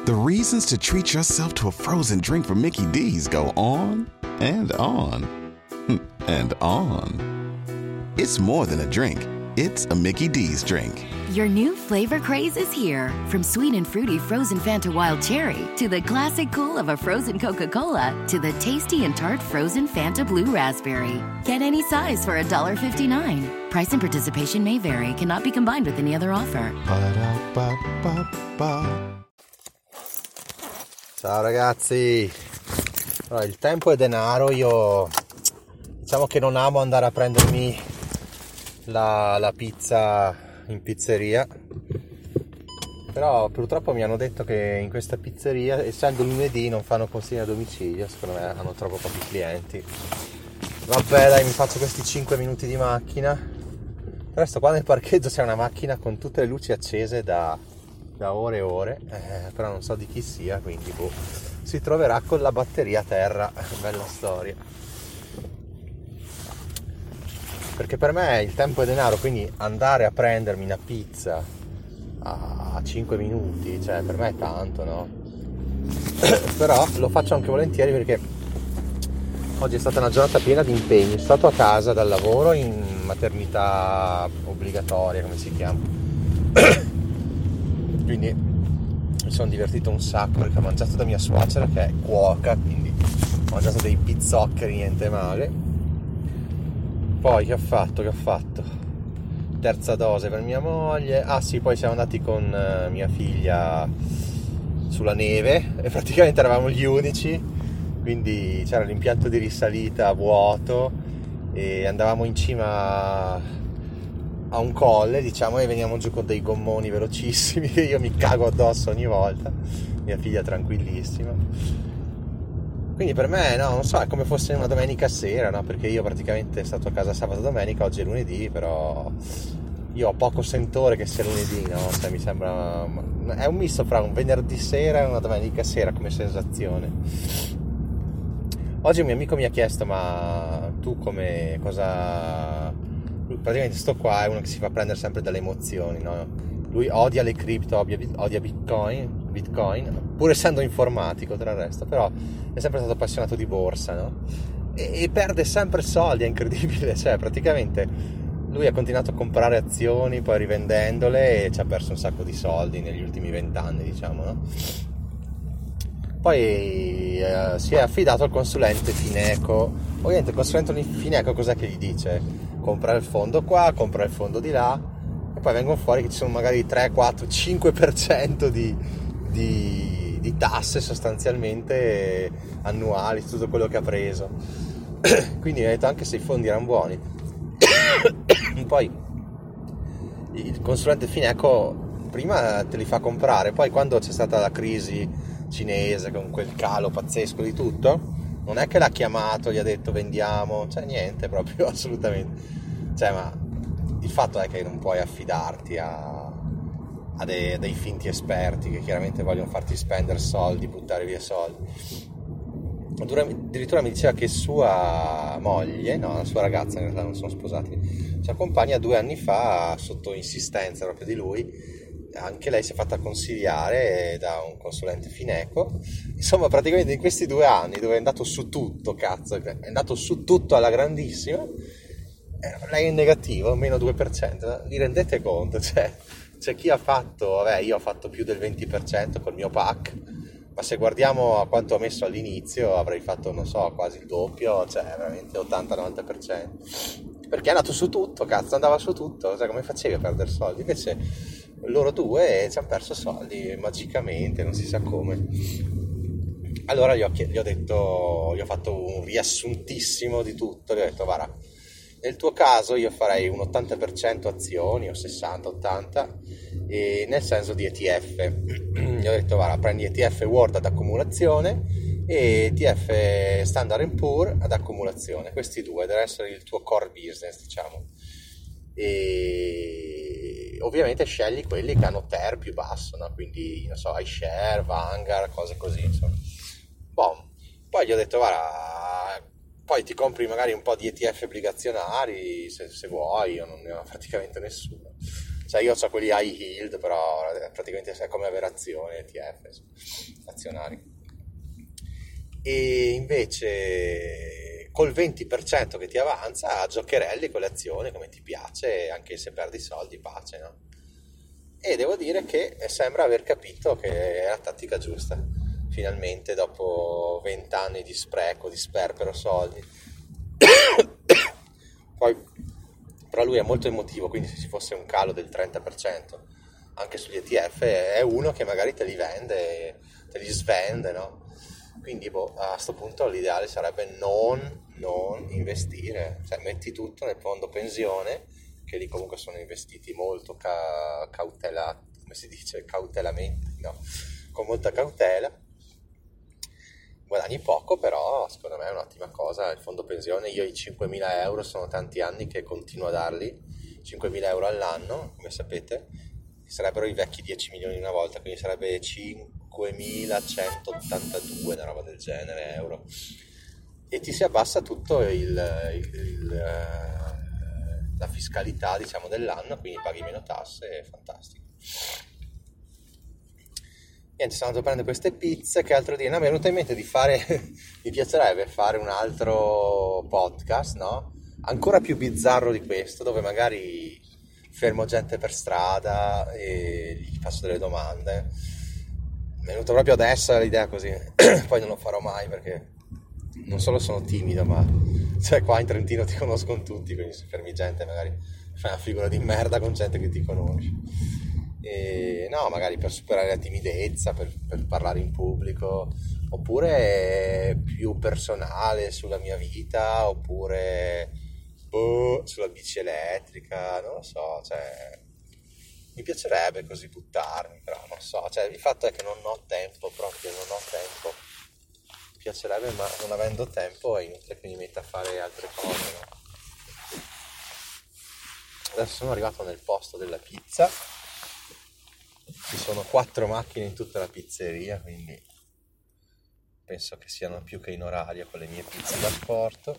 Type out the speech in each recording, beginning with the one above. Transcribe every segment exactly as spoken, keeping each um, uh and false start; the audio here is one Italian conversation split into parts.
The reasons to treat yourself to a frozen drink from Mickey D's go on and on and on. It's more than a drink. It's a Mickey D's drink. Your new flavor craze is here. From sweet and fruity frozen Fanta Wild Cherry to the classic cool of a frozen Coca-Cola to the tasty and tart frozen Fanta Blue Raspberry. Get any size for one fifty-nine. Price and participation may vary. Cannot be combined with any other offer. Ba-da-ba-ba-ba. Ciao ragazzi. Allora, il tempo è denaro. Io diciamo che non amo andare a prendermi la, la pizza in pizzeria, però purtroppo mi hanno detto che in questa pizzeria, essendo lunedì, non fanno consegna a domicilio. Secondo me hanno troppo pochi clienti. Vabbè, dai, mi faccio questi cinque minuti di macchina. Resto qua nel parcheggio, c'è una macchina con tutte le luci accese da, da ore e ore, eh, però non so di chi sia, quindi boh, si troverà con la batteria a terra. Bella storia. Perché per me il tempo è denaro, quindi andare a prendermi una pizza a cinque minuti, cioè per me è tanto, no? Però lo faccio anche volentieri perché oggi è stata una giornata piena di impegni. Sono stato a casa dal lavoro in maternità obbligatoria, come si chiama. Quindi mi sono divertito un sacco perché ho mangiato da mia suocera che è cuoca, quindi ho mangiato dei pizzoccheri, niente male. Poi che ho fatto? Che ho fatto? Terza dose per mia moglie. Ah sì, poi siamo andati con uh, mia figlia sulla neve e praticamente eravamo gli unici, quindi c'era l'impianto di risalita vuoto e andavamo in cima a un colle, diciamo, e veniamo giù con dei gommoni velocissimi che io mi cago addosso ogni volta. Mia figlia tranquillissima. Quindi per me, no, non so, è come fosse una domenica sera, no? Perché io praticamente sono stato a casa sabato e domenica, oggi è lunedì, però io ho poco sentore che sia lunedì, no? Cioè mi sembra... è un misto fra un venerdì sera e una domenica sera come sensazione. Oggi un mio amico mi ha chiesto, ma tu come cosa... Praticamente sto qua è uno che si fa prendere sempre dalle emozioni, no? Lui odia le cripto, odia, odia Bitcoin, Bitcoin, pur essendo informatico tra il resto, però è sempre stato appassionato di borsa, no? E, e perde sempre soldi, è incredibile, cioè praticamente lui ha continuato a comprare azioni, poi rivendendole, e ci ha perso un sacco di soldi negli ultimi vent'anni, diciamo, no? Poi eh, si è affidato al consulente Fineco. Ovviamente il consulente Fineco cos'è che gli dice? Compra il fondo qua, compra il fondo di là, e poi vengono fuori che ci sono magari tre, quattro, cinque per cento di, di, di tasse sostanzialmente annuali su tutto quello che ha preso. Quindi ho detto, anche se i fondi erano buoni. Poi il consulente Fineco prima te li fa comprare, poi quando c'è stata la crisi cinese con quel calo pazzesco di tutto, non è che l'ha chiamato, gli ha detto vendiamo, cioè niente, proprio assolutamente. Cioè, ma il fatto è che non puoi affidarti a, a dei, dei finti esperti che chiaramente vogliono farti spendere soldi, buttare via soldi. Addirittura mi diceva che sua moglie, no, la sua ragazza, in realtà non sono sposati, ci accompagna due anni fa sotto insistenza proprio di lui. Anche lei si è fatta consigliare da un consulente Fineco. Insomma, praticamente in questi due anni dove è andato su tutto, cazzo, è andato su tutto alla grandissima, lei è in negativo, meno due per cento. Vi rendete conto? Cioè, c'è chi ha fatto, vabbè, io ho fatto più del venti per cento col mio P A C, ma se guardiamo a quanto ho messo all'inizio avrei fatto, non so, quasi il doppio, cioè veramente ottanta novanta per cento. Perché è andato su tutto, cazzo, andava su tutto, cioè come facevi a perdere soldi? Invece loro due ci hanno perso soldi magicamente, non si sa come. Allora gli ho, gli ho detto, gli ho fatto un riassuntissimo di tutto, gli ho detto, guarda, nel tuo caso io farei un ottanta per cento azioni o sessanta ottanta, e nel senso di E T F. Gli ho detto, guarda, prendi E T F World ad accumulazione e E T F Standard and Poor ad accumulazione, questi due devono essere il tuo core business, diciamo, e ovviamente scegli quelli che hanno T E R più basso, no? Quindi non so, iShare, Vanguard, cose così, insomma. Boh. Poi gli ho detto, guarda, poi ti compri magari un po' di E T F obbligazionari se, se vuoi, io non ne ho praticamente nessuno. Cioè io ho quelli high yield, però praticamente è come avere azioni, E T F azionari. E invece col venti per cento che ti avanza giocherelli con le azioni come ti piace, anche se perdi soldi, pace, no? E devo dire che sembra aver capito che è la tattica giusta, finalmente, dopo vent'anni di spreco, di sperpero soldi. Poi, però lui è molto emotivo, quindi se ci fosse un calo del trenta per cento anche sugli E T F è uno che magari te li vende, te li svende, no? Quindi boh, a sto punto l'ideale sarebbe non, non investire, cioè metti tutto nel fondo pensione, che lì comunque sono investiti molto ca- cautelati, come si dice, cautelamente, no? Con molta cautela, guadagni poco, però secondo me è un'ottima cosa il fondo pensione. Io i cinquemila euro sono tanti anni che continuo a darli, cinquemila euro all'anno, come sapete, che sarebbero i vecchi dieci milioni una volta, quindi sarebbe cinquemilacentottantadue, una roba del genere, euro, e ti si abbassa tutto il, il, il la fiscalità, diciamo, dell'anno, quindi paghi meno tasse, è fantastico. Niente, sono andato a prendere queste pizze. Che altro dire? No, mi è venuto in mente di fare mi piacerebbe fare un altro podcast, no? Ancora più bizzarro di questo, dove magari fermo gente per strada e gli faccio delle domande. Mi è venuto proprio adesso l'idea così. Poi non lo farò mai perché non solo sono timido, ma cioè qua in Trentino ti conoscono tutti, quindi se fermi gente magari fai una figura di merda con gente che ti conosce. E no, magari per superare la timidezza, per, per parlare in pubblico, oppure più personale sulla mia vita, oppure boh, sulla bici elettrica, non lo so, cioè mi piacerebbe così buttarmi, però non so, cioè il fatto è che non ho tempo, proprio non ho tempo. Mi piacerebbe, ma non avendo tempo è inutile che mi metta a fare altre cose, no? Adesso sono arrivato nel posto della pizza, ci sono quattro macchine in tutta la pizzeria, quindi penso che siano più che in orario con le mie pizze da sport.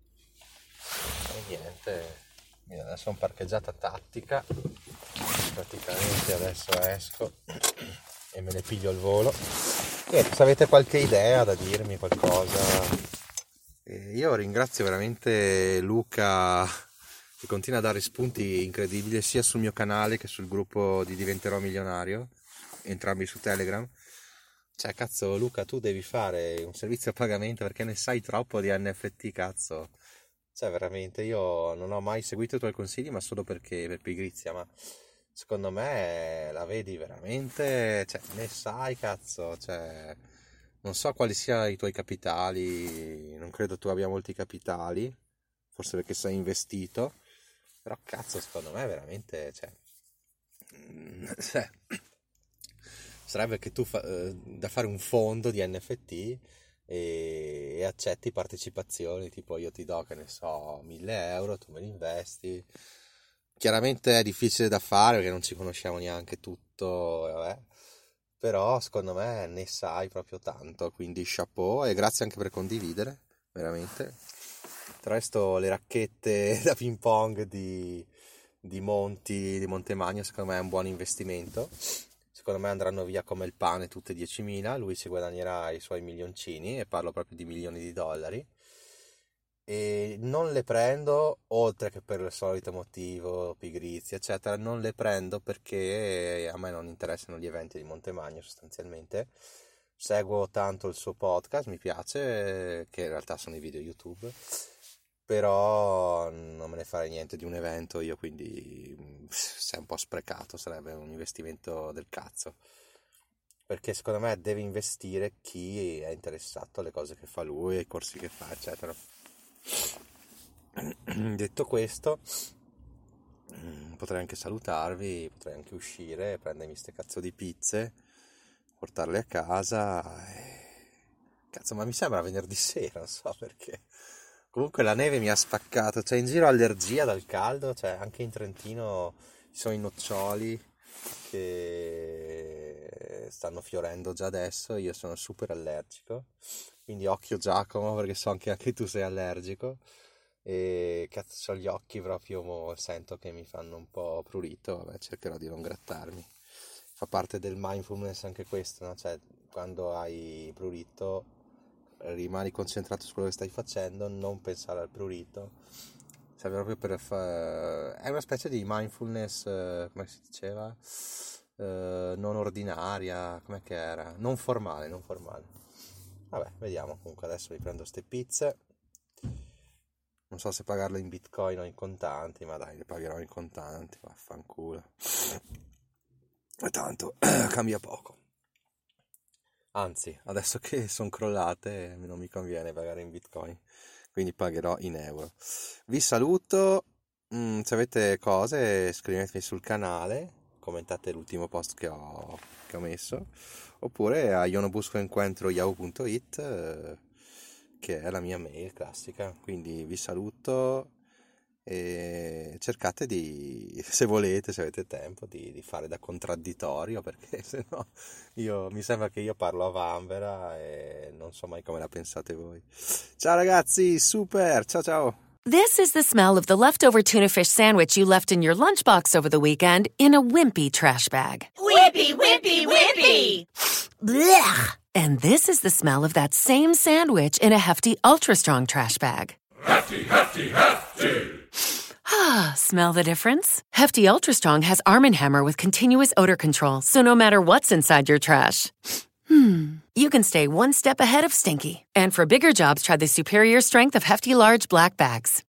E niente, adesso sono parcheggiata tattica, praticamente adesso esco e me ne piglio al volo. Niente, se avete qualche idea da dirmi, qualcosa, eh, io ringrazio veramente Luca che continua a dare spunti incredibili sia sul mio canale che sul gruppo di Diventerò Milionario, entrambi su Telegram. Cioè cazzo Luca, tu devi fare un servizio a pagamento perché ne sai troppo di N F T, cazzo. Cioè veramente io non ho mai seguito i tuoi consigli, ma solo perché per pigrizia, ma secondo me la vedi veramente, cioè ne sai, cazzo, cioè non so quali siano i tuoi capitali, non credo tu abbia molti capitali, forse perché sei investito, però cazzo secondo me veramente, cioè, cioè sarebbe che tu fa, eh, da fare un fondo di N F T e, e accetti partecipazioni, tipo io ti do, che ne so, mille euro, tu me li investi. Chiaramente è difficile da fare perché non ci conosciamo neanche tutto, vabbè. Però secondo me ne sai proprio tanto, quindi chapeau e grazie anche per condividere, veramente. Tra resto le racchette da ping pong di, di Monti, di Montemagno, secondo me è un buon investimento. Secondo me andranno via come il pane tutte diecimila, lui si guadagnerà i suoi milioncini, e parlo proprio di milioni di dollari. E non le prendo, oltre che per il solito motivo, pigrizia, eccetera, non le prendo perché a me non interessano gli eventi di Montemagno sostanzialmente. Seguo tanto il suo podcast, mi piace, che in realtà sono i video YouTube, però non me ne farei niente di un evento io, quindi se è un po' sprecato, sarebbe un investimento del cazzo, perché secondo me deve investire chi è interessato alle cose che fa lui, ai corsi che fa, eccetera. Detto questo, potrei anche salutarvi, potrei anche uscire, prendermi ste cazzo di pizze, portarle a casa e... cazzo, ma mi sembra venerdì sera, non so perché. Comunque la neve mi ha spaccato, cioè in giro allergia dal caldo, cioè anche in Trentino ci sono i noccioli che stanno fiorendo già adesso, io sono super allergico, quindi occhio Giacomo perché so che anche tu sei allergico, e cazzo, ho gli occhi proprio, sento che mi fanno un po' prurito, vabbè, cercherò di non grattarmi. Fa parte del mindfulness anche questo, no? Cioè, quando hai prurito rimani concentrato su quello che stai facendo, non pensare al prurito, serve proprio per fa... è una specie di mindfulness, eh, come si diceva, eh, non ordinaria, com'è che era? Non formale, non formale. Vabbè, vediamo. Comunque adesso mi prendo ste pizze, non so se pagarle in bitcoin o in contanti, ma dai, le pagherò in contanti, vaffanculo. E tanto cambia poco. Anzi, adesso che sono crollate non mi conviene pagare in bitcoin, quindi pagherò in euro. Vi saluto, mm, se avete cose scrivetemi sul canale, commentate l'ultimo post che ho, che ho messo, oppure a ionobuscoencuentro yahoo punto it, eh, che è la mia mail classica. Quindi vi saluto e cercate di, se volete, se avete tempo, di, di fare da contraddittorio, perché se no io, mi sembra che io parlo a vanvera e non so mai come la pensate voi. Ciao ragazzi, super, ciao ciao. This is the smell of the leftover tuna fish sandwich you left in your lunchbox over the weekend in a wimpy trash bag. Wimpy, wimpy, wimpy! Blech! And this is the smell of that same sandwich in a Hefty Ultra Strong trash bag. Hefty, hefty, hefty! Ah, smell the difference? Hefty Ultra Strong has Arm and Hammer with continuous odor control, so no matter what's inside your trash, hmm, you can stay one step ahead of stinky. And for bigger jobs, try the superior strength of Hefty Large Black Bags.